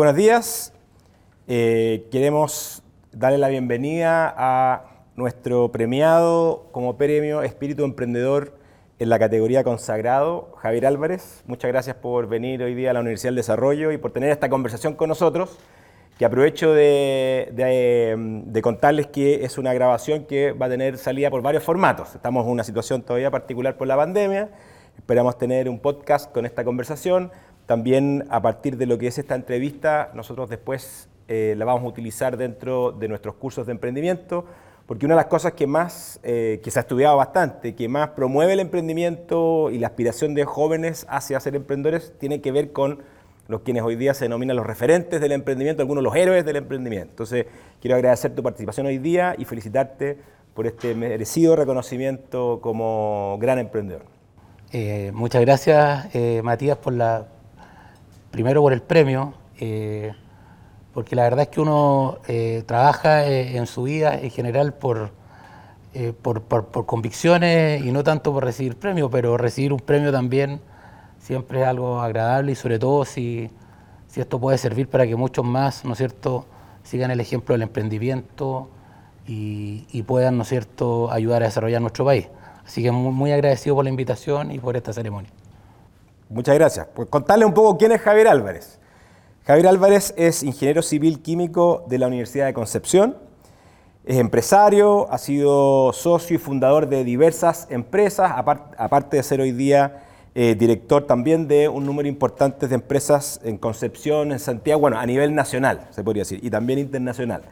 Buenos días. Queremos darle la bienvenida a nuestro premiado como premio Espíritu Emprendedor en la categoría Consagrado, Javier Álvarez. Muchas gracias por venir hoy día a la Universidad del Desarrollo y por tener esta conversación con nosotros, que aprovecho de contarles que es una grabación que va a tener salida por varios formatos. Estamos en una situación todavía particular por la pandemia. Esperamos tener un podcast con esta conversación. También a partir de lo que es esta entrevista, nosotros después la vamos a utilizar dentro de nuestros cursos de emprendimiento, porque una de las cosas que más, que se ha estudiado bastante, que más promueve el emprendimiento y la aspiración de jóvenes hacia ser emprendedores, tiene que ver con los quienes hoy día se denominan los referentes del emprendimiento, algunos los héroes del emprendimiento. Entonces, quiero agradecer tu participación hoy día y felicitarte por este merecido reconocimiento como gran emprendedor. Muchas gracias, Matías, primero por el premio, porque la verdad es que uno trabaja en su vida en general por convicciones y no tanto por recibir premios, pero recibir un premio también siempre es algo agradable y sobre todo si esto puede servir para que muchos más, ¿no es cierto?, sigan el ejemplo del emprendimiento y puedan, ¿no es cierto?, ayudar a desarrollar nuestro país. Así que muy agradecido por la invitación y por esta ceremonia. Muchas gracias. Pues contarle un poco quién es Javier Álvarez. Javier Álvarez es ingeniero civil químico de la Universidad de Concepción, es empresario, ha sido socio y fundador de diversas empresas, aparte de ser hoy día director también de un número importante de empresas en Concepción, en Santiago, bueno, a nivel nacional, se podría decir, y también internacional.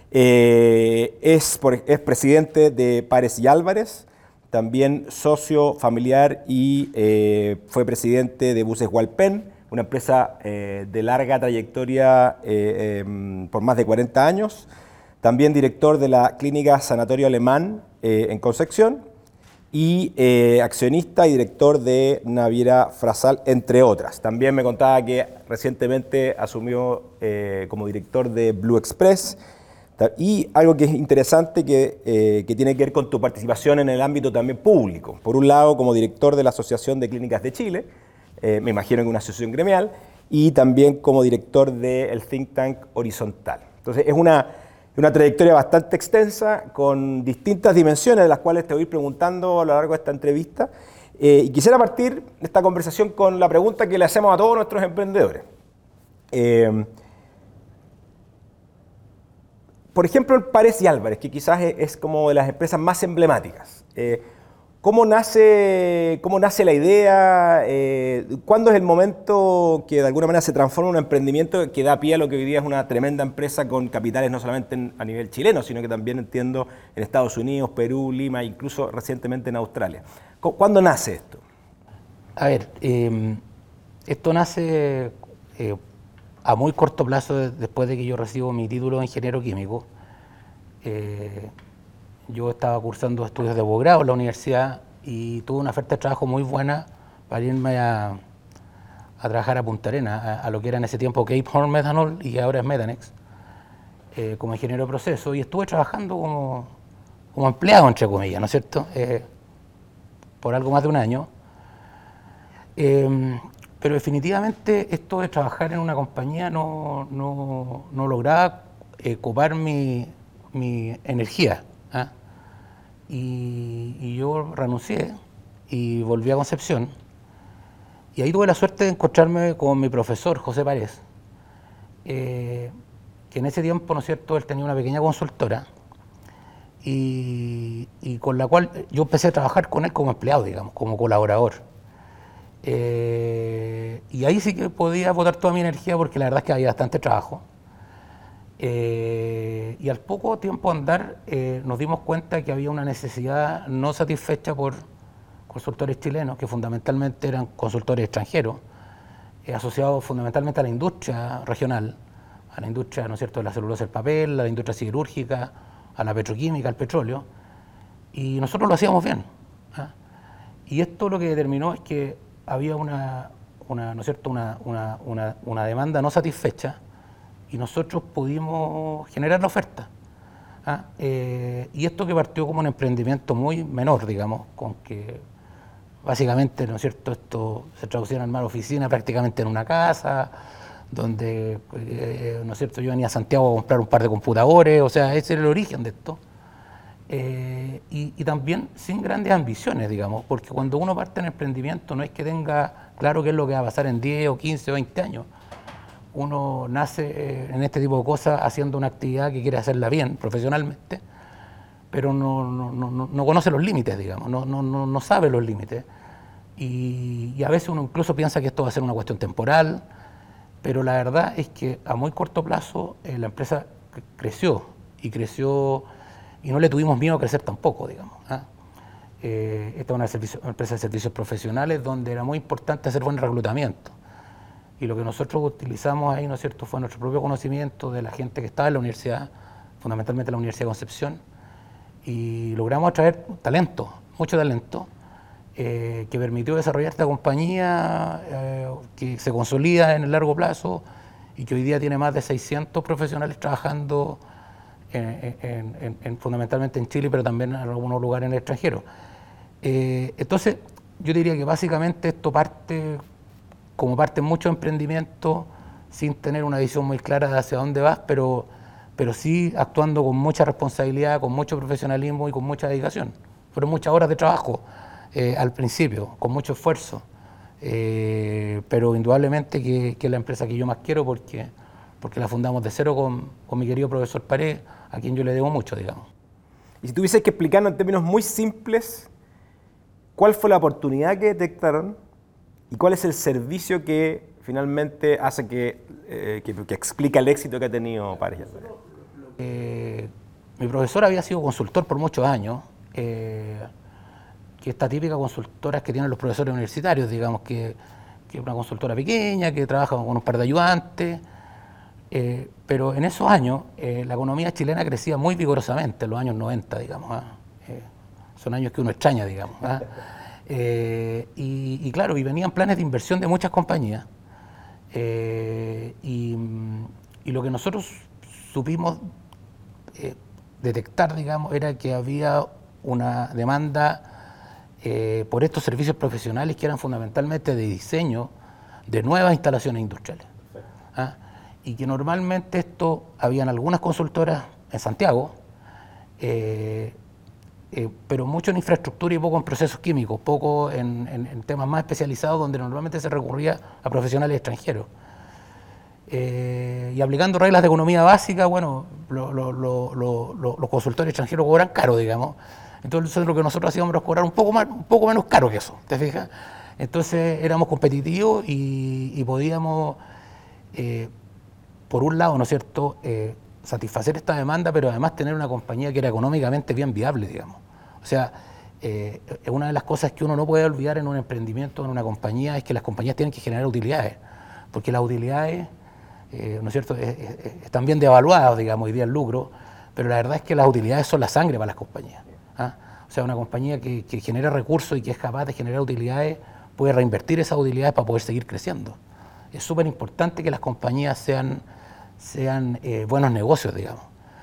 Es presidente de Pares y Álvarez, también socio familiar y fue presidente de Buses Hualpén, una empresa de larga trayectoria por más de 40 años. También director de la Clínica Sanatorio Alemán en Concepción y accionista y director de Naviera Frazal, entre otras. También me contaba que recientemente asumió como director de Blue Express. Y algo que es interesante que tiene que ver con tu participación en el ámbito también público. Por un lado, como director de la Asociación de Clínicas de Chile, me imagino que una asociación gremial, y también como director del think tank Horizontal. Entonces, es una trayectoria bastante extensa, con distintas dimensiones, de las cuales te voy a ir preguntando a lo largo de esta entrevista. Y quisiera partir esta conversación con la pregunta que le hacemos a todos nuestros emprendedores. Por ejemplo, el Pares y Álvarez, que quizás es como de las empresas más emblemáticas. ¿Cómo nace la idea? ¿Cuándo es el momento que de alguna manera se transforma en un emprendimiento que da pie a lo que hoy día es una tremenda empresa con capitales no solamente a nivel chileno, sino que también entiendo en Estados Unidos, Perú, Lima, incluso recientemente en Australia? ¿Cuándo nace esto? A ver, esto nace a muy corto plazo después de que yo recibo mi título de ingeniero químico. Yo estaba cursando estudios de posgrado en la universidad y tuve una oferta de trabajo muy buena para irme a trabajar a Punta Arenas, a lo que era en ese tiempo Cape Horn Methanol y ahora es Metanex, como ingeniero de proceso, y estuve trabajando como empleado, entre comillas, ¿no es cierto?, por algo más de un año. Pero definitivamente esto de trabajar en una compañía no lograba copar mi energía. Y yo renuncié y volví a Concepción. Y ahí tuve la suerte de encontrarme con mi profesor, José Pares, que en ese tiempo, ¿no es cierto?, él tenía una pequeña consultora y con la cual yo empecé a trabajar con él como empleado, digamos, como colaborador. Y ahí sí que podía botar toda mi energía porque la verdad es que había bastante trabajo. Y al poco tiempo andar nos dimos cuenta que había una necesidad no satisfecha por consultores chilenos, que fundamentalmente eran consultores extranjeros, asociados fundamentalmente a la industria regional, a la industria, ¿no es cierto?, de la celulosa, el papel, a la industria siderúrgica, a la petroquímica, al petróleo, y nosotros lo hacíamos bien. Y esto lo que determinó es que había ¿no es cierto?, una demanda no satisfecha y nosotros pudimos generar la oferta. Y esto que partió como un emprendimiento muy menor, digamos, con que básicamente, ¿no es cierto?, esto se traducía en armar oficina prácticamente en una casa, donde ¿no es cierto? Yo venía a Santiago a comprar un par de computadores, o sea, ese era el origen de esto. Y también sin grandes ambiciones, digamos, porque cuando uno parte en emprendimiento no es que tenga claro qué es lo que va a pasar en 10 o 15 o 20 años. Uno nace en este tipo de cosas haciendo una actividad que quiere hacerla bien, profesionalmente, pero no conoce los límites, digamos, no sabe los límites. Y a veces uno incluso piensa que esto va a ser una cuestión temporal, pero la verdad es que a muy corto plazo la empresa creció y no le tuvimos miedo a crecer tampoco, digamos. Esta es una empresa de servicios profesionales donde era muy importante hacer buen reclutamiento. Y lo que nosotros utilizamos ahí, ¿no es cierto?, fue nuestro propio conocimiento de la gente que estaba en la universidad, fundamentalmente la Universidad de Concepción, y logramos atraer talento, mucho talento, que permitió desarrollar esta compañía que se consolida en el largo plazo y que hoy día tiene más de 600 profesionales trabajando fundamentalmente en Chile, pero también en algunos lugares en el extranjero. Entonces, yo diría que básicamente esto parte, como parte mucho emprendimiento, sin tener una visión muy clara de hacia dónde vas, pero sí actuando con mucha responsabilidad, con mucho profesionalismo y con mucha dedicación. Fueron muchas horas de trabajo al principio, con mucho esfuerzo, pero indudablemente que es la empresa que yo más quiero porque la fundamos de cero con mi querido profesor Pared, a quien yo le debo mucho, digamos. Y si tuviese que explicarnos en términos muy simples, ¿cuál fue la oportunidad que detectaron y cuál es el servicio que finalmente hace que explica el éxito que ha tenido Pared y Álvarez? Mi profesor había sido consultor por muchos años, que esta típica consultora que tienen los profesores universitarios, digamos, que es una consultora pequeña, que trabaja con un par de ayudantes, pero en esos años la economía chilena crecía muy vigorosamente, en los años 90, digamos. Son años que uno extraña, digamos. Y claro, y venían planes de inversión de muchas compañías. Y lo que nosotros supimos detectar, digamos, era que había una demanda por estos servicios profesionales que eran fundamentalmente de diseño de nuevas instalaciones industriales. Y que normalmente habían algunas consultoras en Santiago, pero mucho en infraestructura y poco en procesos químicos, poco en temas más especializados donde normalmente se recurría a profesionales extranjeros. Y aplicando reglas de economía básica, bueno, los consultores extranjeros cobran caro, digamos. Entonces lo que nosotros hacíamos era cobrar un poco menos caro que eso, ¿te fijas? Entonces éramos competitivos y podíamos, por un lado, ¿no es cierto?, satisfacer esta demanda, pero además tener una compañía que era económicamente bien viable, digamos. O sea, una de las cosas que uno no puede olvidar en un emprendimiento, en una compañía, es que las compañías tienen que generar utilidades, porque las utilidades, ¿no es cierto?, están bien devaluadas, digamos, hoy día el lucro, pero la verdad es que las utilidades son la sangre para las compañías. O sea, una compañía que genera recursos y que es capaz de generar utilidades puede reinvertir esas utilidades para poder seguir creciendo. Es súper importante que las compañías sean buenos negocios, digamos.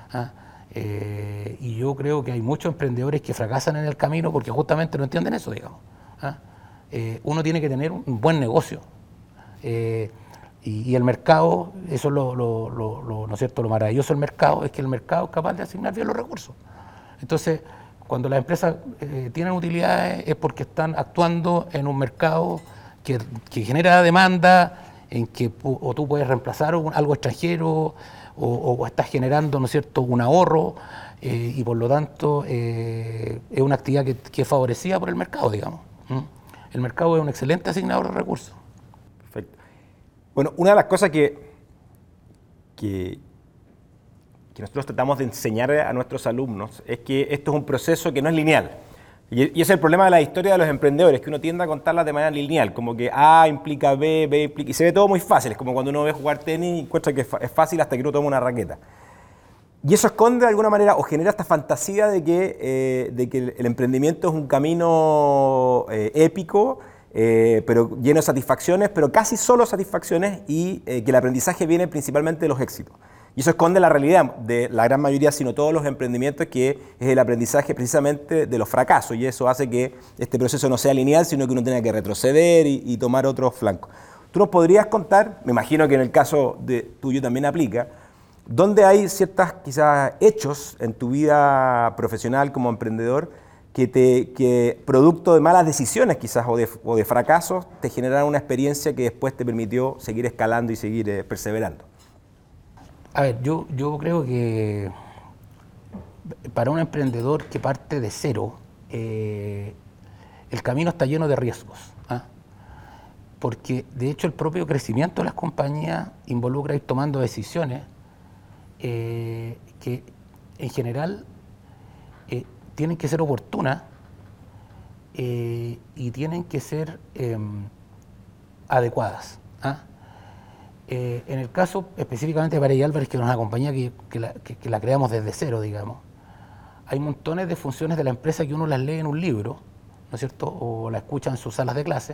Y yo creo que hay muchos emprendedores que fracasan en el camino porque justamente no entienden eso, digamos. Uno tiene que tener un buen negocio. Y el mercado, eso es ¿no es cierto?, lo maravilloso del mercado, es que el mercado es capaz de asignar bien los recursos. Entonces, cuando las empresas tienen utilidades es porque están actuando en un mercado que genera demanda, en que o tú puedes reemplazar algo extranjero o estás generando, ¿no es cierto?, un ahorro y por lo tanto es una actividad que es favorecida por el mercado, digamos. El mercado es un excelente asignador de recursos. Perfecto. Bueno, una de las cosas que nosotros tratamos de enseñar a nuestros alumnos es que esto es un proceso que no es lineal. Y ese es el problema de la historia de los emprendedores, que uno tiende a contarlas de manera lineal, como que A implica B, B implica... Y se ve todo muy fácil, es como cuando uno ve jugar tenis y encuentra que es fácil hasta que uno toma una raqueta. Y eso esconde de alguna manera o genera esta fantasía de que el emprendimiento es un camino épico, pero lleno de satisfacciones, pero casi solo satisfacciones y que el aprendizaje viene principalmente de los éxitos. Y eso esconde la realidad de la gran mayoría, sino todos los emprendimientos, que es el aprendizaje precisamente de los fracasos. Y eso hace que este proceso no sea lineal, sino que uno tenga que retroceder y tomar otros flancos. ¿Tú nos podrías contar, me imagino que en el caso tuyo también aplica, dónde hay ciertas quizás hechos en tu vida profesional como emprendedor que producto de malas decisiones quizás o de fracasos te generaron una experiencia que después te permitió seguir escalando y seguir perseverando? A ver, yo creo que para un emprendedor que parte de cero, el camino está lleno de riesgos. ¿Ah? Porque de hecho el propio crecimiento de las compañías involucra ir tomando decisiones que en general tienen que ser oportunas y tienen que ser adecuadas. ¿Ah? En el caso específicamente de Varey Álvarez, que es una compañía que la creamos desde cero, digamos, hay montones de funciones de la empresa que uno las lee en un libro, ¿no es cierto?, o la escucha en sus salas de clase,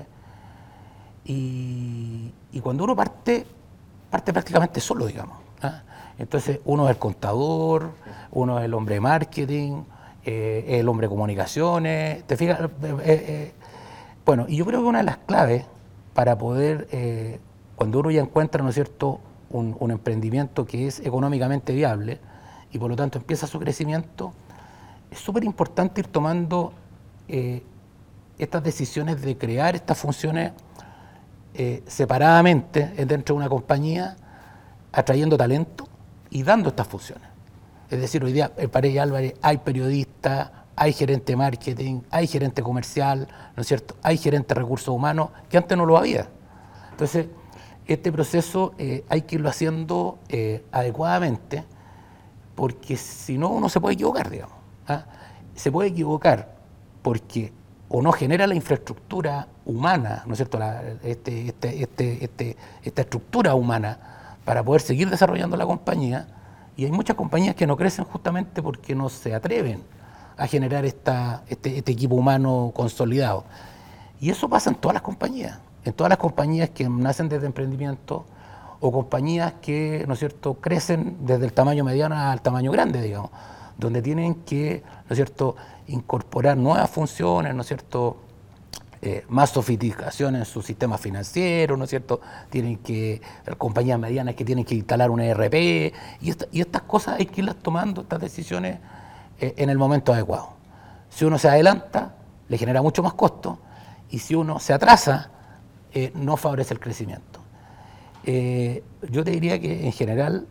y cuando uno parte prácticamente solo, digamos. ¿Ah? Entonces uno es el contador, uno es el hombre de marketing, el hombre de comunicaciones, ¿te fijas? Bueno, y yo creo que una de las claves para poder, cuando uno ya encuentra, ¿no es cierto?, un emprendimiento que es económicamente viable y por lo tanto empieza su crecimiento, es súper importante ir tomando estas decisiones de crear estas funciones separadamente dentro de una compañía, atrayendo talento y dando estas funciones. Es decir, hoy día en Varey Álvarez hay periodistas, hay gerente de marketing, hay gerente comercial, ¿no es cierto?, hay gerente de recursos humanos, que antes no lo había. Entonces, este proceso hay que irlo haciendo adecuadamente, porque si no, uno se puede equivocar, digamos. ¿Ah? Se puede equivocar porque o no genera la infraestructura humana, ¿no es cierto?, esta estructura humana para poder seguir desarrollando la compañía, y hay muchas compañías que no crecen justamente porque no se atreven a generar este equipo humano consolidado. Y eso pasa en todas las compañías que nacen desde emprendimiento o compañías que, ¿no es cierto?, crecen desde el tamaño mediano al tamaño grande, digamos, donde tienen que, ¿no es cierto?, incorporar nuevas funciones, ¿no es cierto?, más sofisticación en su sistema financiero, ¿no es cierto?, compañías medianas que tienen que instalar un ERP, y estas cosas hay que irlas tomando, estas decisiones, en el momento adecuado. Si uno se adelanta, le genera mucho más costo, y si uno se atrasa, no favorece el crecimiento. Yo te diría que en general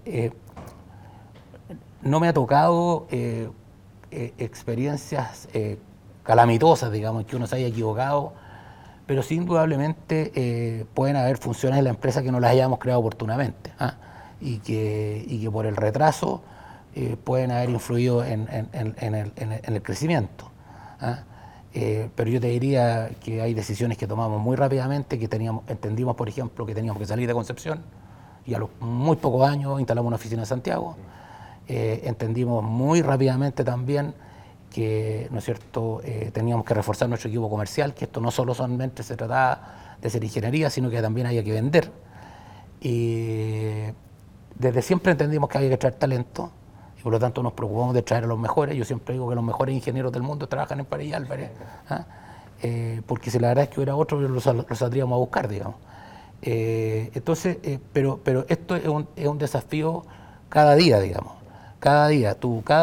no me ha tocado experiencias calamitosas, digamos, que uno se haya equivocado, pero sí indudablemente pueden haber funciones en la empresa que no las hayamos creado oportunamente, ¿ah? y que por el retraso pueden haber influido en el crecimiento. ¿Ah? Pero yo te diría que hay decisiones que tomamos muy rápidamente, que entendimos, por ejemplo, que teníamos que salir de Concepción, y a los muy pocos años instalamos una oficina en Santiago. Entendimos muy rápidamente también que, ¿no es cierto?, teníamos que reforzar nuestro equipo comercial, que esto no solo solamente se trataba de hacer ingeniería, sino que también había que vender. Y desde siempre entendimos que había que traer talento, y por lo tanto nos preocupamos de traer a los mejores. Yo siempre digo que los mejores ingenieros del mundo trabajan en Varey Álvarez, ¿ah? Porque si la verdad es que hubiera otro, los saldríamos a buscar, digamos. Entonces, pero esto es un desafío cada día, digamos. Cada día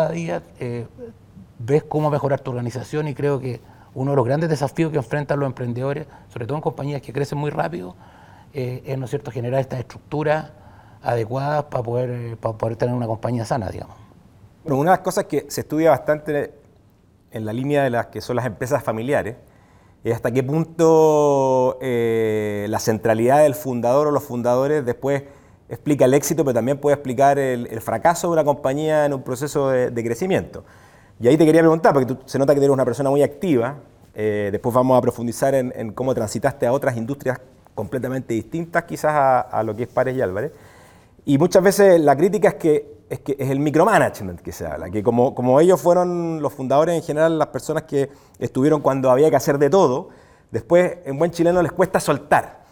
ves cómo mejorar tu organización, y creo que uno de los grandes desafíos que enfrentan los emprendedores, sobre todo en compañías que crecen muy rápido, es, ¿no es cierto?, generar estas estructuras adecuadas para poder tener una compañía sana, digamos. Bueno, una de las cosas que se estudia bastante en la línea de las que son las empresas familiares es hasta qué punto la centralidad del fundador o los fundadores después explica el éxito, pero también puede explicar el fracaso de una compañía en un proceso de crecimiento. Y ahí te quería preguntar, porque se nota que eres una persona muy activa, después vamos a profundizar en cómo transitaste a otras industrias completamente distintas quizás a lo que es Varey Álvarez. Y muchas veces la crítica es que es el micromanagement que se habla, que como ellos fueron los fundadores en general, las personas que estuvieron cuando había que hacer de todo, después en buen chileno les cuesta soltar.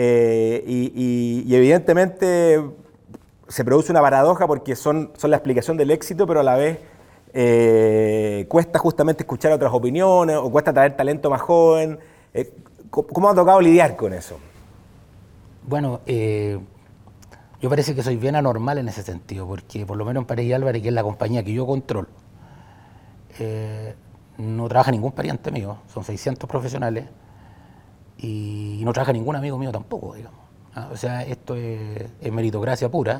Y evidentemente se produce una paradoja porque son la explicación del éxito, pero a la vez cuesta justamente escuchar otras opiniones o cuesta traer talento más joven. ¿Cómo ha tocado lidiar con eso? Bueno, yo parece que soy bien anormal en ese sentido, porque por lo menos en Paredes y Álvarez, que es la compañía que yo controlo, no trabaja ningún pariente mío, son 600 profesionales y no trabaja ningún amigo mío tampoco, digamos. O sea, esto es meritocracia pura.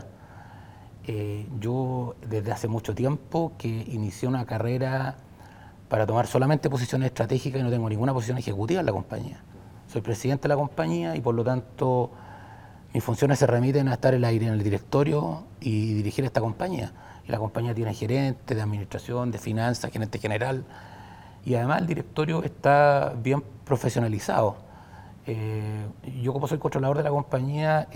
Yo desde hace mucho tiempo que inicié una carrera para tomar solamente posiciones estratégicas y no tengo ninguna posición ejecutiva en la compañía. Soy presidente de la compañía y por lo tanto mis funciones se remiten a estar en el directorio y dirigir esta compañía. Y la compañía tiene gerente de administración, de finanzas, gerente general. Y además el directorio está bien profesionalizado. Yo como soy controlador de la compañía,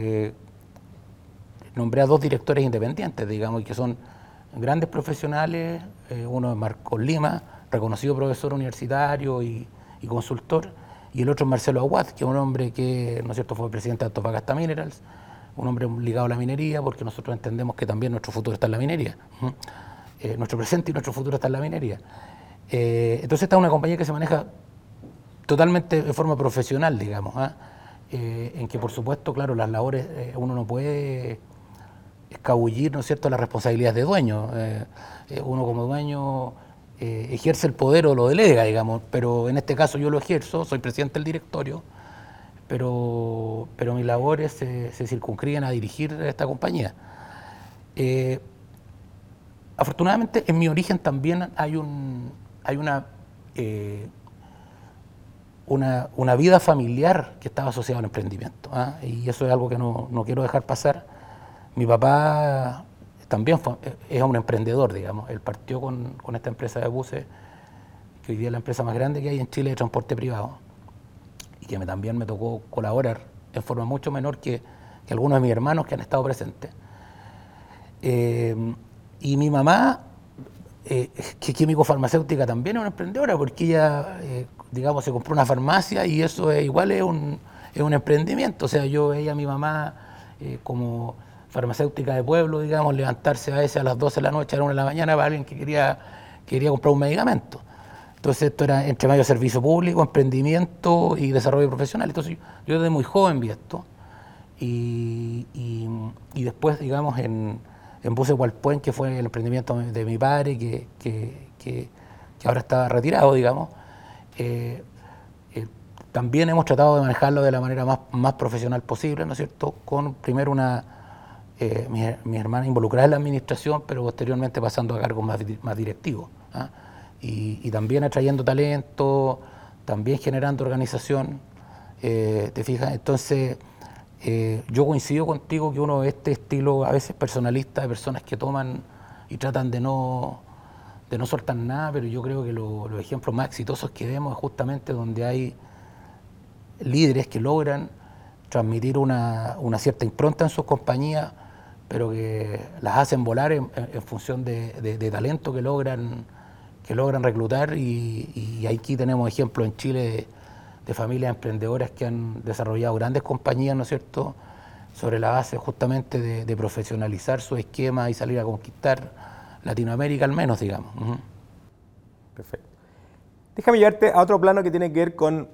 nombré a 2 directores independientes, digamos, y que son grandes profesionales. Uno es Marcos Lima, reconocido profesor universitario y consultor, y el otro es Marcelo Aguad, que es un hombre que, ¿no es cierto?, fue presidente de Antofagasta Minerals, un hombre ligado a la minería, porque nosotros entendemos que también nuestro futuro está en la minería. Nuestro presente y nuestro futuro está en la minería. Entonces esta es una compañía que se maneja totalmente de forma profesional, digamos, en que por supuesto, claro, las labores, uno no puede escabullir, ¿no es cierto?, las responsabilidades de dueño. Uno como dueño ejerce el poder o lo delega, digamos, pero en este caso yo lo ejerzo, soy presidente del directorio, pero mis labores se circunscriben a dirigir esta compañía. Afortunadamente en mi origen también hay una vida familiar que estaba asociada al emprendimiento, y eso es algo que no quiero dejar pasar. Mi papá también es un emprendedor, digamos. Él partió con esta empresa de buses, que hoy día es la empresa más grande que hay en Chile de transporte privado, y que también me tocó colaborar en forma mucho menor que algunos de mis hermanos que han estado presentes. Y mi mamá, que es químico-farmacéutica, también es una emprendedora, porque ella, digamos, se compró una farmacia y eso igual es un emprendimiento. O sea, yo veía a mi mamá como farmacéutica de pueblo, digamos, levantarse a veces a las 12 de la noche, a la 1 de la mañana para alguien que quería comprar un medicamento. Entonces esto era entre medio servicio público, emprendimiento y desarrollo profesional. Entonces yo desde muy joven vi esto y después, digamos, en Buses Hualpuén, que fue el emprendimiento de mi padre, que ahora está retirado, digamos, también hemos tratado de manejarlo de la manera más profesional posible, ¿no es cierto? Con primero mi hermana involucrada en la administración, pero posteriormente pasando a cargos más directivos, y también atrayendo talento, también generando organización, ¿te fijas? Entonces, yo coincido contigo que uno ve este estilo a veces personalista de personas que toman y tratan de no soltar nada, pero yo creo que los ejemplos más exitosos que vemos es justamente donde hay líderes que logran transmitir una cierta impronta en sus compañías, pero que las hacen volar en función de talento que logran reclutar, y aquí tenemos ejemplos en Chile de familias emprendedoras que han desarrollado grandes compañías, ¿no es cierto?, sobre la base justamente de profesionalizar su esquema y salir a conquistar Latinoamérica al menos, digamos. Perfecto. Déjame llevarte a otro plano que tiene que ver con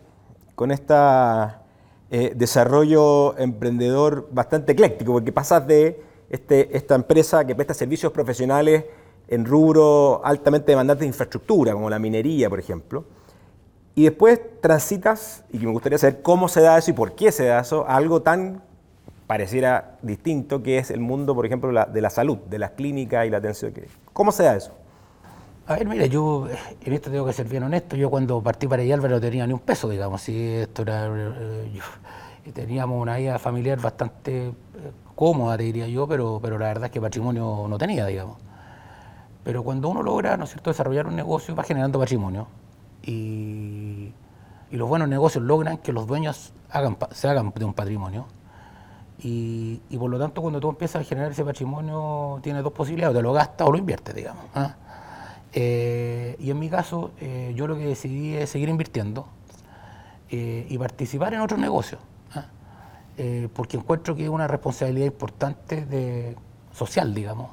este desarrollo emprendedor bastante ecléctico, porque pasas de esta empresa que presta servicios profesionales en rubro altamente demandante de infraestructura, como la minería, por ejemplo, y después transitas, y que me gustaría saber cómo se da eso y por qué se da eso, a algo tan pareciera distinto, que es el mundo, por ejemplo, de la salud, de las clínicas y la atención. ¿Cómo se da eso? A ver, mira, yo en esto tengo que ser bien honesto. Yo cuando partí para allá no tenía ni un peso, digamos. Sí, esto era, teníamos una vida familiar bastante cómoda, te diría yo, pero la verdad es que patrimonio no tenía, digamos. Pero cuando uno logra, ¿no es cierto?, desarrollar un negocio, va generando patrimonio. Y los buenos negocios logran que los dueños se hagan de un patrimonio. Y por lo tanto, cuando tú empiezas a generar ese patrimonio, tienes dos posibilidades: te lo gastas o lo inviertes, digamos. Y en mi caso, yo lo que decidí es seguir invirtiendo y participar en otros negocios, porque encuentro que es una responsabilidad importante social, digamos,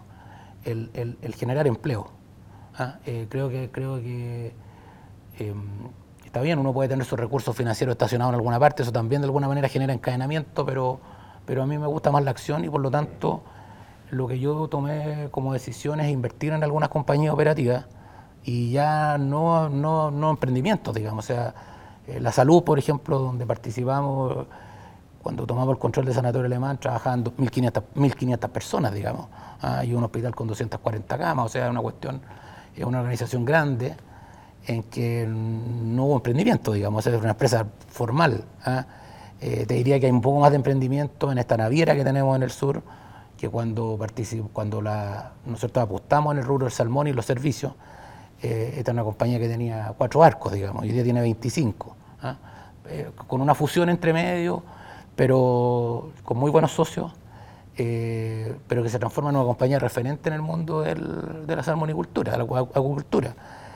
el generar empleo. Creo que Está bien, uno puede tener sus recursos financieros estacionados en alguna parte, eso también de alguna manera genera encadenamiento, pero a mí me gusta más la acción y por lo tanto lo que yo tomé como decisión es invertir en algunas compañías operativas y ya no emprendimientos, digamos. O sea, la salud, por ejemplo, donde participamos, cuando tomamos el control de Sanatorio Alemán, trabajaban 1.500 personas, digamos. Y un hospital con 240 camas, o sea, es una cuestión, es una organización grande en que no hubo emprendimiento, digamos, es una empresa formal. Te diría que hay un poco más de emprendimiento en esta naviera que tenemos en el sur, que cuando nosotros apostamos en el rubro del salmón y los servicios. Esta es una compañía que tenía 4 barcos, digamos, y hoy día tiene 25, con una fusión entre medio, pero con muy buenos socios, pero que se transforma en una compañía referente en el mundo de la salmonicultura, de la acuicultura.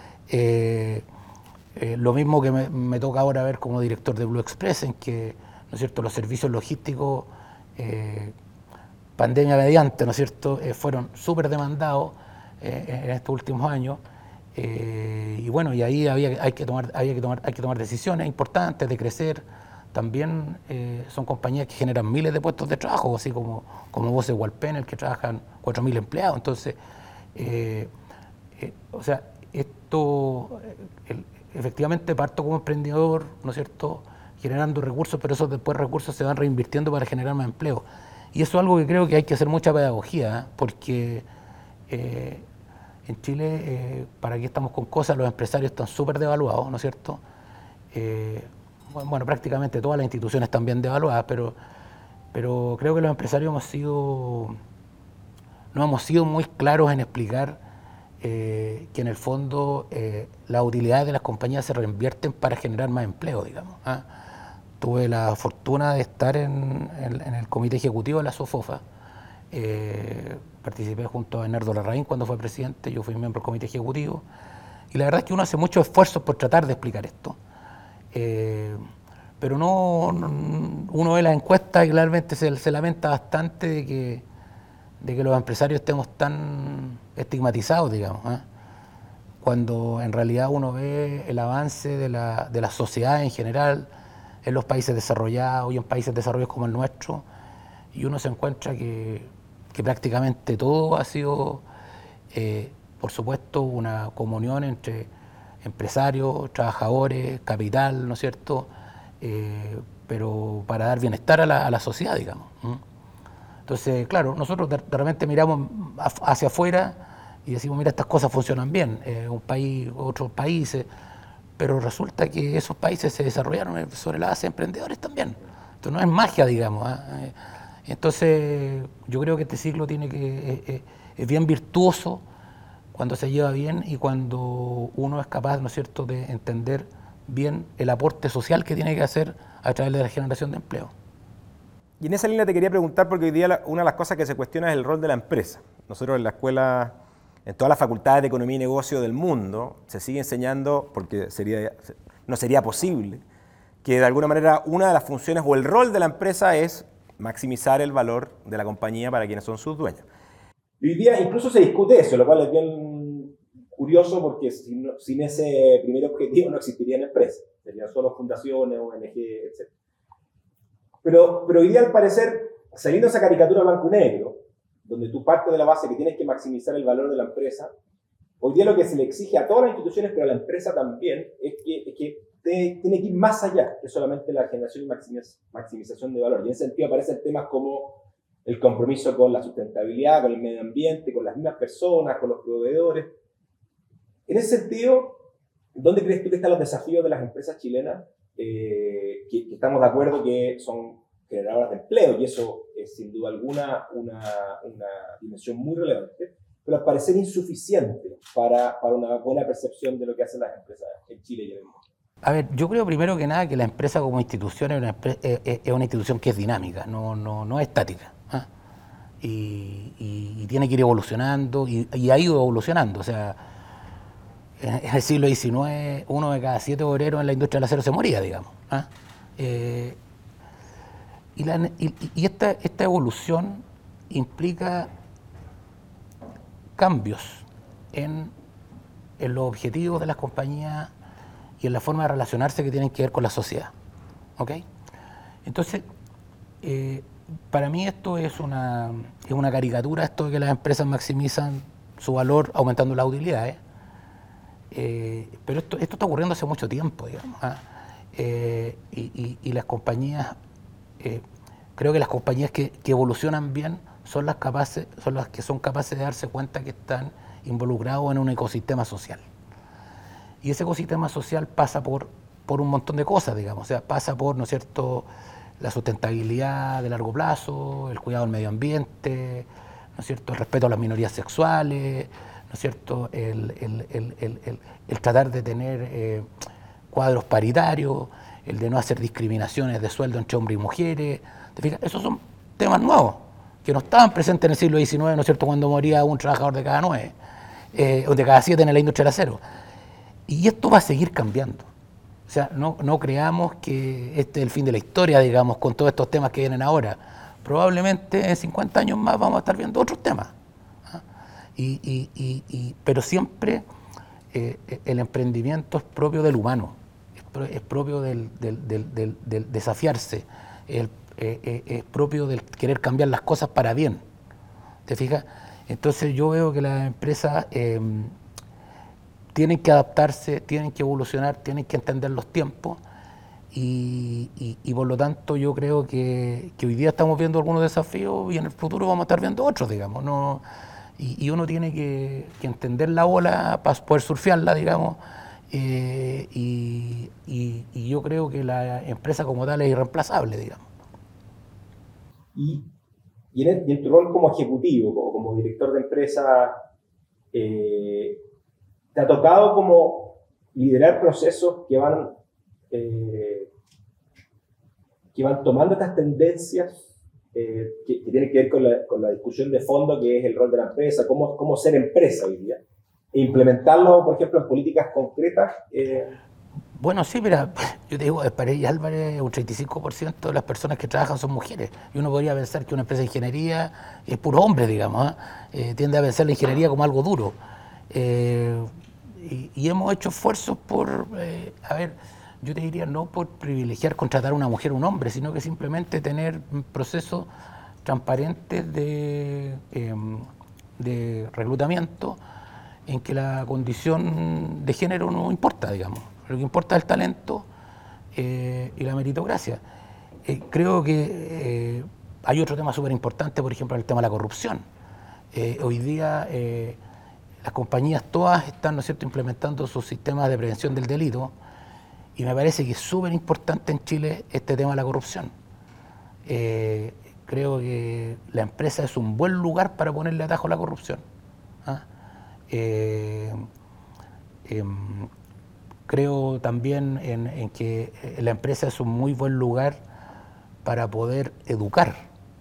Lo mismo que me toca ahora ver como director de Blue Express, en que, ¿no es cierto?, los servicios logísticos, pandemia mediante, ¿no es cierto?, fueron súper demandados en estos últimos años. Y bueno, y ahí hay que tomar decisiones importantes de crecer. También son compañías que generan miles de puestos de trabajo, así como Voces Hualpén, en el que trabajan 4.000 empleados. Entonces, o sea, efectivamente parto como emprendedor, ¿no es cierto?, generando recursos, pero esos después recursos se van reinvirtiendo para generar más empleo. Y eso es algo que creo que hay que hacer mucha pedagogía, porque en Chile, ¿para qué estamos con cosas? Los empresarios están súper devaluados, ¿no es cierto? Bueno, prácticamente todas las instituciones están bien devaluadas, pero creo que los empresarios no hemos sido muy claros en explicar que en el fondo las utilidades de las compañías se reinvierten para generar más empleo, digamos. Tuve la fortuna de estar en el comité ejecutivo de la SOFOFA. Participé junto a Bernardo Larraín cuando fue presidente, yo fui miembro del comité ejecutivo, y la verdad es que uno hace muchos esfuerzos por tratar de explicar esto, pero uno ve las encuestas y claramente se lamenta bastante de que los empresarios estemos tan estigmatizados, digamos, cuando en realidad uno ve el avance de la sociedad en general en los países desarrollados y en países desarrollados como el nuestro, y uno se encuentra que prácticamente todo ha sido, por supuesto, una comunión entre empresarios, trabajadores, capital, ¿no es cierto?, pero para dar bienestar a la sociedad, digamos. Entonces, claro, nosotros de repente miramos hacia afuera y decimos, mira, estas cosas funcionan bien, un país, otros países, pero resulta que esos países se desarrollaron sobre la base de emprendedores también. Entonces no es magia, digamos. Entonces yo creo que este ciclo es bien virtuoso cuando se lleva bien y cuando uno es capaz, ¿no es cierto?, de entender bien el aporte social que tiene que hacer a través de la generación de empleo. Y en esa línea te quería preguntar, porque hoy día una de las cosas que se cuestiona es el rol de la empresa. Nosotros en la escuela, en todas las facultades de Economía y Negocio del mundo, se sigue enseñando, porque no sería posible, que de alguna manera una de las funciones o el rol de la empresa es maximizar el valor de la compañía para quienes son sus dueños. Y hoy día incluso se discute eso, lo cual es bien curioso porque sin ese primer objetivo no existirían empresas, serían solo fundaciones, ONG, etc. Pero hoy día, al parecer, saliendo esa caricatura blanco y negro, donde tú partes de la base que tienes que maximizar el valor de la empresa, hoy día lo que se le exige a todas las instituciones, pero a la empresa también, es que tiene que ir más allá que solamente la generación y maximización de valor. Y en ese sentido aparecen temas como el compromiso con la sustentabilidad, con el medio ambiente, con las mismas personas, con los proveedores. En ese sentido, ¿dónde crees tú que están los desafíos de las empresas chilenas? Que estamos de acuerdo que son generadoras de empleo, y eso es sin duda alguna una dimensión muy relevante, pero al parecer insuficiente para una buena percepción de lo que hacen las empresas en Chile y en el mundo. A ver, yo creo primero que nada que la empresa como institución es una institución que es dinámica, no es estática. Y tiene que ir evolucionando y ha ido evolucionando. O sea, en el siglo XIX, 1 de cada 7 obreros en la industria del acero se moría, digamos. Y esta evolución implica cambios en los objetivos de las compañías y en la forma de relacionarse que tienen que ver con la sociedad. ¿Ok? Entonces, para mí esto es una caricatura, esto de que las empresas maximizan su valor aumentando las utilidades. Pero esto está ocurriendo hace mucho tiempo, digamos. Y las compañías, creo que las compañías que evolucionan bien son las que son capaces de darse cuenta que están involucrados en un ecosistema social. Y ese ecosistema social pasa por un montón de cosas, digamos. O sea, pasa por, ¿no es cierto?, la sustentabilidad de largo plazo, el cuidado del medio ambiente, ¿no es cierto?, el respeto a las minorías sexuales, ¿no es cierto?, el tratar de tener cuadros paritarios, el de no hacer discriminaciones de sueldo entre hombres y mujeres. ¿Te fijas? Esos son temas nuevos que no estaban presentes en el siglo XIX, ¿no es cierto?, cuando moría un trabajador de cada 9, o de cada 7 en la industria del acero. Y esto va a seguir cambiando. O sea, no creamos que este es el fin de la historia, digamos, con todos estos temas que vienen ahora. Probablemente en 50 años más vamos a estar viendo otros temas. Pero siempre el emprendimiento es propio del humano, es propio del desafiarse, es propio del querer cambiar las cosas para bien. ¿Te fijas? Entonces yo veo que las empresas tienen que adaptarse, tienen que evolucionar, tienen que entender los tiempos y por lo tanto yo creo que hoy día estamos viendo algunos desafíos y en el futuro vamos a estar viendo otros, digamos. ¿No? Y uno tiene que entender la ola para poder surfearla, digamos, y yo creo que la empresa como tal es irreemplazable, digamos. Y en tu rol como ejecutivo, como director de empresa, ¿te ha tocado como liderar procesos que van tomando estas tendencias que tienen que ver con la discusión de fondo que es el rol de la empresa, cómo ser empresa hoy día, e implementarlo, por ejemplo, en políticas concretas? Bueno, sí, mira, yo te digo, Paredes Álvarez, un 35% de las personas que trabajan son mujeres. Y uno podría pensar que una empresa de ingeniería es puro hombre, digamos, tiende a pensar la ingeniería como algo duro. Y hemos hecho esfuerzos por, a ver, yo te diría, no por privilegiar contratar a una mujer o un hombre, sino que simplemente tener procesos transparentes de reclutamiento en que la condición de género no importa, digamos. Lo que importa es el talento y la meritocracia. Creo que hay otro tema súper importante, por ejemplo, el tema de la corrupción. Hoy día las compañías todas están, ¿no es cierto?, implementando sus sistemas de prevención del delito y me parece que es súper importante en Chile este tema de la corrupción. Creo que la empresa es un buen lugar para ponerle atajo a la corrupción. Creo también en que la empresa es un muy buen lugar para poder educar.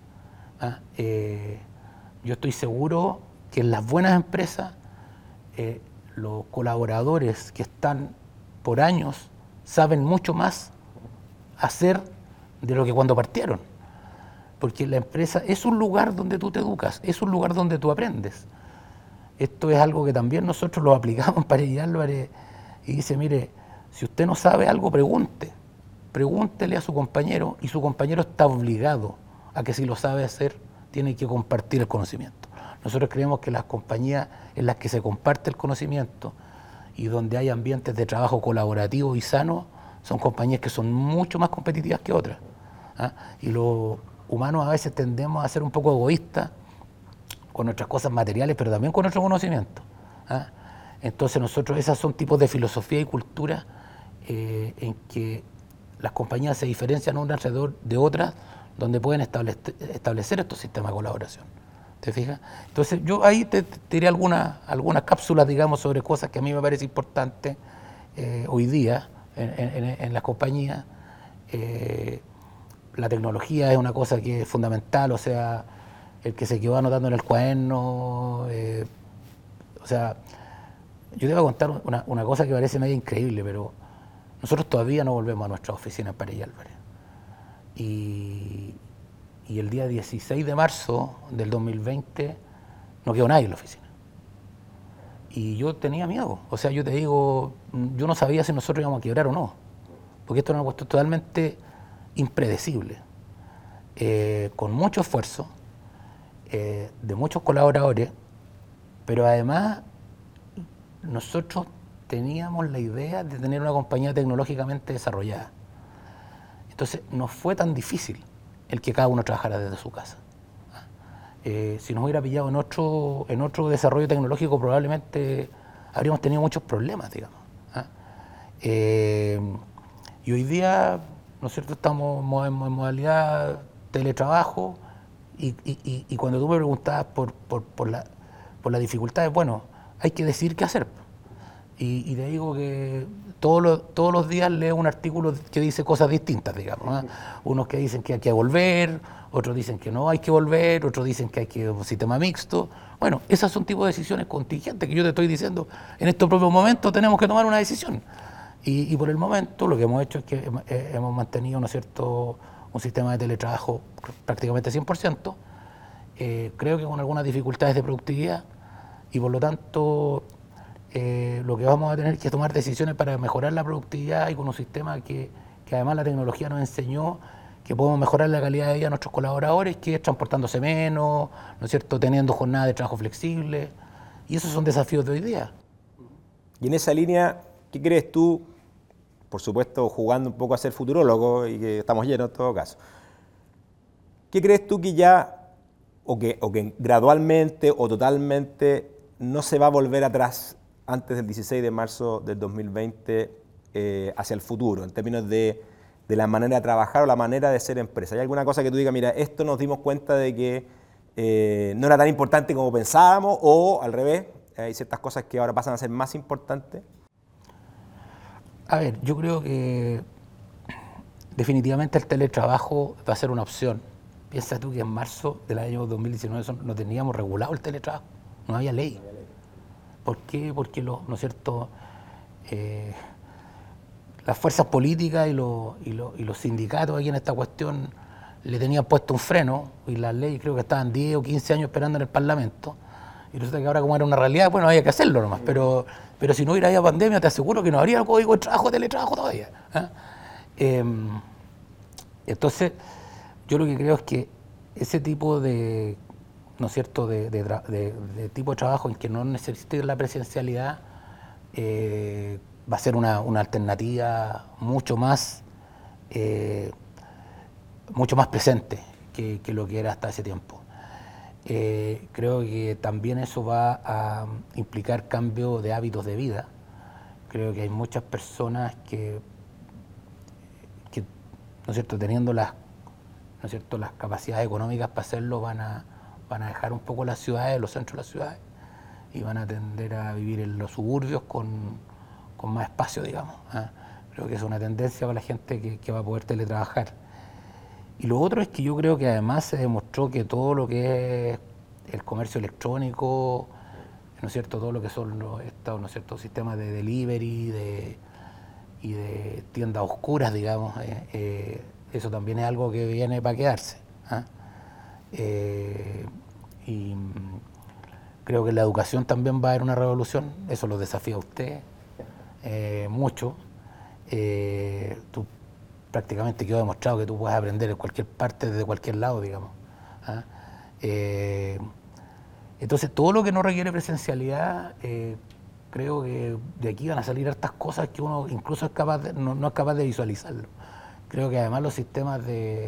Yo estoy seguro que en las buenas empresas los colaboradores que están por años saben mucho más hacer de lo que cuando partieron. Porque la empresa es un lugar donde tú te educas, es un lugar donde tú aprendes. Esto es algo que también nosotros lo aplicamos en Paredes Álvarez y dice, mire, si usted no sabe algo, pregúntele a su compañero y su compañero está obligado a que si lo sabe hacer, tiene que compartir el conocimiento. Nosotros creemos que las compañías en las que se comparte el conocimiento y donde hay ambientes de trabajo colaborativo y sano, son compañías que son mucho más competitivas que otras. Y los humanos a veces tendemos a ser un poco egoístas con nuestras cosas materiales, pero también con nuestro conocimiento. Entonces nosotros, esas son tipos de filosofía y cultura en que las compañías se diferencian unas alrededor de otras, donde pueden establecer estos sistemas de colaboración. ¿Te fijas? Entonces yo ahí te diré algunas cápsulas, digamos, sobre cosas que a mí me parece importante hoy día en las compañías. La tecnología es una cosa que es fundamental, o sea, el que se quedó anotando en el cuaderno, o sea, yo te voy a contar una cosa que parece medio increíble, pero nosotros todavía no volvemos a nuestra oficina en Paredes Álvarez. Y el día 16 de marzo del 2020 no quedó nadie en la oficina. Y yo tenía miedo. O sea, yo te digo, yo no sabía si nosotros íbamos a quebrar o no. Porque esto era una cuestión totalmente impredecible. Con mucho esfuerzo, de muchos colaboradores, pero además nosotros teníamos la idea de tener una compañía tecnológicamente desarrollada. Entonces, no fue tan difícil el que cada uno trabajara desde su casa. Si nos hubiera pillado en otro desarrollo tecnológico, probablemente habríamos tenido muchos problemas, digamos. Y hoy día, ¿no es cierto?, estamos en modalidad teletrabajo y cuando tú me preguntabas por las dificultades, bueno, hay que decidir qué hacer. Y te digo que todos los días leo un artículo que dice cosas distintas, digamos. Unos que dicen que hay que volver, otros dicen que no hay que volver, otros dicen que hay que un sistema mixto. Bueno, esas son tipos de decisiones contingentes que yo te estoy diciendo. En estos propios momentos tenemos que tomar una decisión. Y por el momento lo que hemos hecho es que hemos mantenido, ¿no es cierto?, un sistema de teletrabajo prácticamente 100%. Creo que con algunas dificultades de productividad y por lo tanto lo que vamos a tener que tomar decisiones para mejorar la productividad y con un sistema que además la tecnología nos enseñó que podemos mejorar la calidad de vida de nuestros colaboradores, que es transportándose menos, ¿no es cierto?, teniendo jornadas de trabajo flexibles. Y esos son desafíos de hoy día. Y en esa línea, ¿qué crees tú? Por supuesto, jugando un poco a ser futurólogo y que estamos llenos en todo caso. ¿Qué crees tú que ya, o que gradualmente o totalmente no se va a volver atrás antes del 16 de marzo del 2020 hacia el futuro, en términos de la manera de trabajar o la manera de ser empresa? ¿Hay alguna cosa que tú digas, mira, esto nos dimos cuenta de que no era tan importante como pensábamos, o al revés, hay ciertas cosas que ahora pasan a ser más importantes? A ver, yo creo que definitivamente el teletrabajo va a ser una opción. Piensa tú que en marzo del año 2019 no teníamos regulado el teletrabajo, no había ley. ¿Por qué? Porque ¿no es cierto?, las fuerzas políticas y los sindicatos aquí en esta cuestión le tenían puesto un freno, y las leyes creo que estaban 10 o 15 años esperando en el Parlamento, y resulta que ahora, como era una realidad, bueno, había que hacerlo nomás, pero si no hubiera habido pandemia, te aseguro que no habría el código de trabajo, teletrabajo todavía. Entonces, yo lo que creo es que ese tipo de, ¿no es cierto?, de tipo de trabajo en que no necesite la presencialidad, va a ser una alternativa mucho más presente que lo que era hasta ese tiempo. Creo que también eso va a implicar cambio de hábitos de vida. Creo que hay muchas personas que ¿no es cierto?, teniendo las capacidades económicas para hacerlo, van a dejar un poco las ciudades, los centros de las ciudades, y van a tender a vivir en los suburbios con más espacio, digamos. Creo que es una tendencia para la gente que va a poder teletrabajar. Y lo otro es que yo creo que además se demostró que todo lo que es el comercio electrónico, ¿no es cierto?, todo lo que son ¿no es cierto?, sistemas de delivery y de tiendas oscuras, digamos, eso también es algo que viene para quedarse. Y creo que en la educación también va a haber una revolución, eso lo desafía a usted mucho. Tú prácticamente quedó demostrado que tú puedes aprender en cualquier parte, desde cualquier lado, digamos. Entonces, todo lo que no requiere presencialidad, creo que de aquí van a salir hartas cosas que uno incluso no es capaz de visualizarlo. Creo que además los sistemas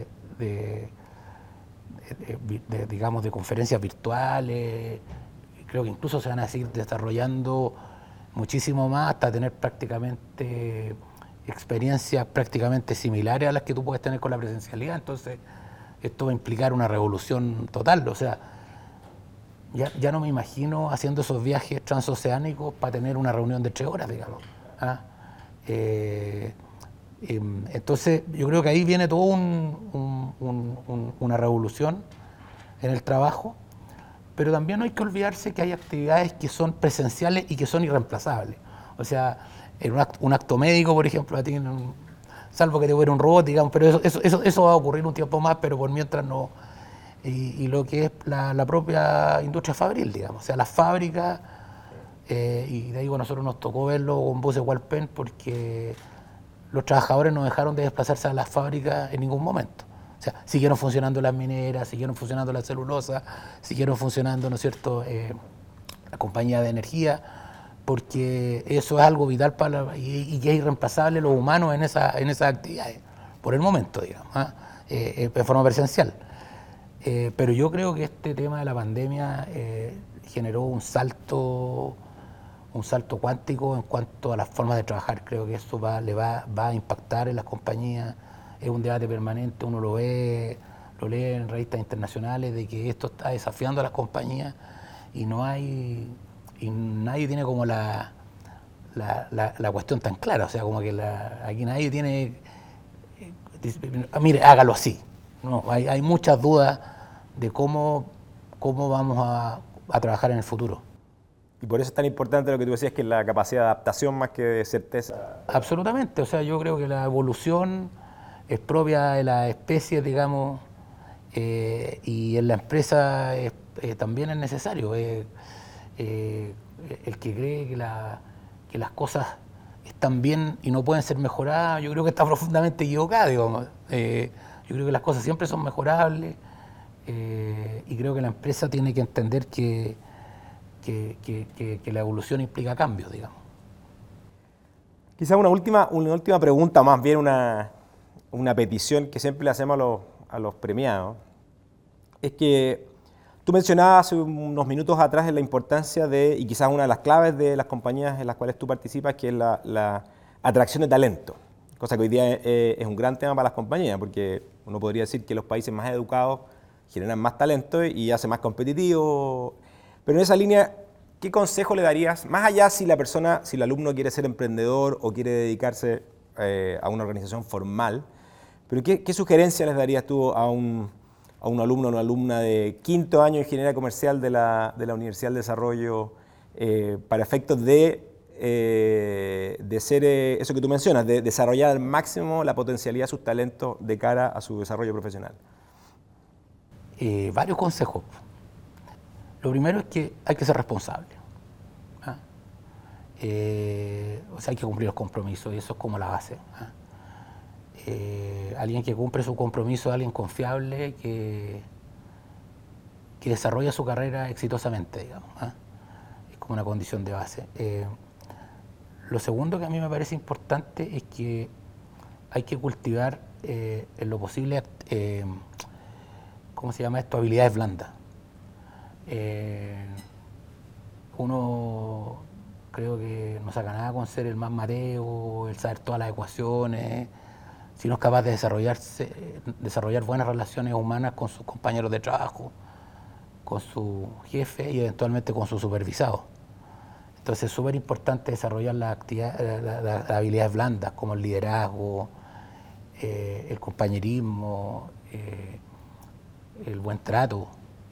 digamos, de conferencias virtuales, creo que incluso se van a seguir desarrollando muchísimo más hasta tener prácticamente experiencias prácticamente similares a las que tú puedes tener con la presencialidad. Entonces, esto va a implicar una revolución total. O sea, ya no me imagino haciendo esos viajes transoceánicos para tener una reunión de 3 horas, digamos. Entonces, yo creo que ahí viene todo una revolución en el trabajo, pero también no hay que olvidarse que hay actividades que son presenciales y que son irreemplazables. O sea, en un acto médico, por ejemplo, salvo que te hubiera un robot, digamos, pero eso va a ocurrir un tiempo más, pero por mientras no. Y lo que es la propia industria fabril, digamos, o sea, las fábricas y de ahí a nosotros nos tocó verlo con buses Walpen porque los trabajadores no dejaron de desplazarse a las fábricas en ningún momento. O sea, siguieron funcionando las mineras, siguieron funcionando la celulosa, siguieron funcionando, ¿no es cierto?, la compañía de energía, porque eso es algo vital y que es irreemplazable los humanos en esas actividades, por el momento, digamos, en forma presencial. Pero yo creo que este tema de la pandemia generó un salto cuántico en cuanto a las formas de trabajar. Creo que eso va a impactar en las compañías. Es un debate permanente, uno lo lee en revistas internacionales, de que esto está desafiando a las compañías y nadie tiene como la cuestión tan clara. O sea, como que aquí nadie tiene, mire, hágalo así. No, hay muchas dudas de cómo vamos a trabajar en el futuro. Y por eso es tan importante lo que tú decías, que es la capacidad de adaptación más que de certeza. Absolutamente, o sea, yo creo que la evolución es propia de la especie, digamos, y en la empresa también es necesario. El que cree que las cosas están bien y no pueden ser mejoradas, yo creo que está profundamente equivocado, digamos. Yo creo que las cosas siempre son mejorables y creo que la empresa tiene que entender que la evolución implica cambios, digamos. Quizás una última pregunta, más bien una petición que siempre le hacemos a los premiados, es que tú mencionabas hace unos minutos atrás la importancia y quizás una de las claves de las compañías en las cuales tú participas, que es la atracción de talento, cosa que hoy día es un gran tema para las compañías, porque uno podría decir que los países más educados generan más talento y hace más competitivo. Pero en esa línea, ¿qué consejo le darías? Más allá si el alumno quiere ser emprendedor o quiere dedicarse a una organización formal, pero ¿qué sugerencia les darías tú a un alumno o una alumna de quinto año de Ingeniería Comercial de la Universidad del Desarrollo para efectos de ser eso que tú mencionas, de desarrollar al máximo la potencialidad de sus talentos de cara a su desarrollo profesional? Varios consejos. Lo primero es que hay que ser responsable. O sea, hay que cumplir los compromisos y eso es como la base. Alguien que cumple su compromiso es alguien confiable que desarrolla su carrera exitosamente, digamos. Es como una condición de base. Lo segundo que a mí me parece importante es que hay que cultivar en lo posible, ¿cómo se llama esto? Habilidades blandas. Uno creo que no saca nada con ser el más mateo, el saber todas las ecuaciones, si no es capaz de desarrollar buenas relaciones humanas con sus compañeros de trabajo, con su jefe y eventualmente con su supervisado. Entonces es súper importante desarrollar las habilidades blandas como el liderazgo, el compañerismo, el buen trato.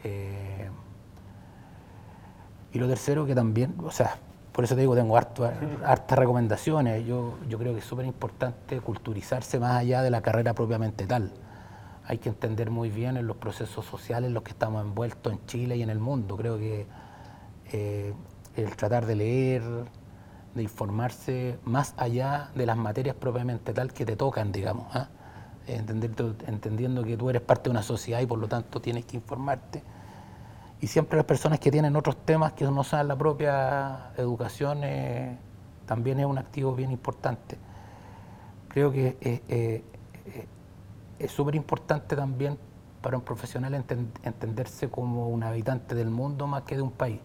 Y lo tercero que también, o sea, por eso te digo, tengo hartas recomendaciones. Yo creo que es súper importante culturizarse más allá de la carrera propiamente tal. Hay que entender muy bien en los procesos sociales en los que estamos envueltos en Chile y en el mundo. Creo que el tratar de leer, de informarse más allá de las materias propiamente tal que te tocan, digamos. Entendiendo que tú eres parte de una sociedad y por lo tanto tienes que informarte. Y siempre las personas que tienen otros temas que no sean la propia educación también es un activo bien importante. Creo que es súper importante también para un profesional entenderse como un habitante del mundo más que de un país.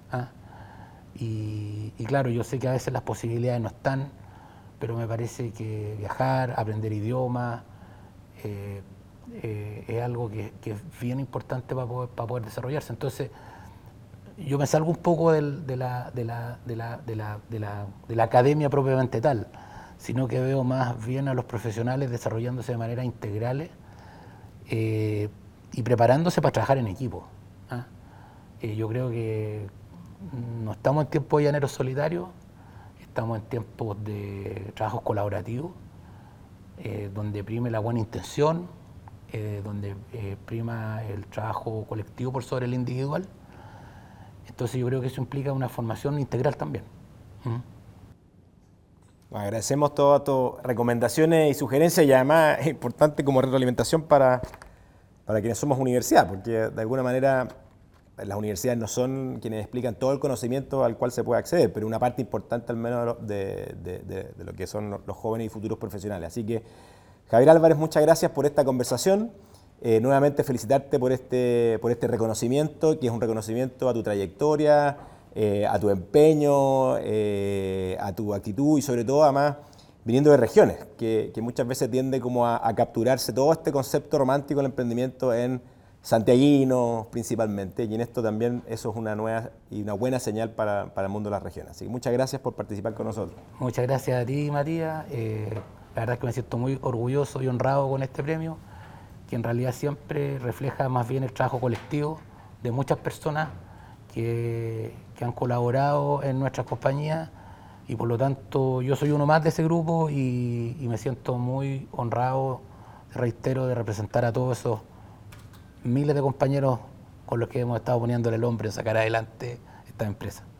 Y claro, yo sé que a veces las posibilidades no están, pero me parece que viajar, aprender idiomas, es algo que es bien importante para poder desarrollarse. Entonces, yo me salgo un poco de la academia propiamente tal, sino que veo más bien a los profesionales desarrollándose de manera integral y preparándose para trabajar en equipo. Yo creo que no estamos en tiempos de llaneros solitarios, estamos en tiempos de trabajos colaborativos, donde prime la buena intención, donde prima el trabajo colectivo por sobre el individual. Entonces yo creo que eso implica una formación integral también. Agradecemos todas tus recomendaciones y sugerencias y además es importante como retroalimentación para quienes somos universidad, porque de alguna manera las universidades no son quienes explican todo el conocimiento al cual se puede acceder, pero una parte importante al menos de lo que son los jóvenes y futuros profesionales. Así que, Javier Álvarez, muchas gracias por esta conversación. Nuevamente felicitarte por este reconocimiento, que es un reconocimiento a tu trayectoria, a tu empeño, a tu actitud y sobre todo además viniendo de regiones, que muchas veces tiende como a capturarse todo este concepto romántico del emprendimiento en santiaguinos principalmente, y en esto también eso es una nueva y una buena señal para el mundo de las regiones. Así que muchas gracias por participar con nosotros. Muchas gracias a ti, Matías. La verdad es que me siento muy orgulloso y honrado con este premio, que en realidad siempre refleja más bien el trabajo colectivo de muchas personas que han colaborado en nuestras compañías, y por lo tanto yo soy uno más de ese grupo y me siento muy honrado, reitero, de representar a todos esos miles de compañeros con los que hemos estado poniéndole el hombro en sacar adelante esta empresa.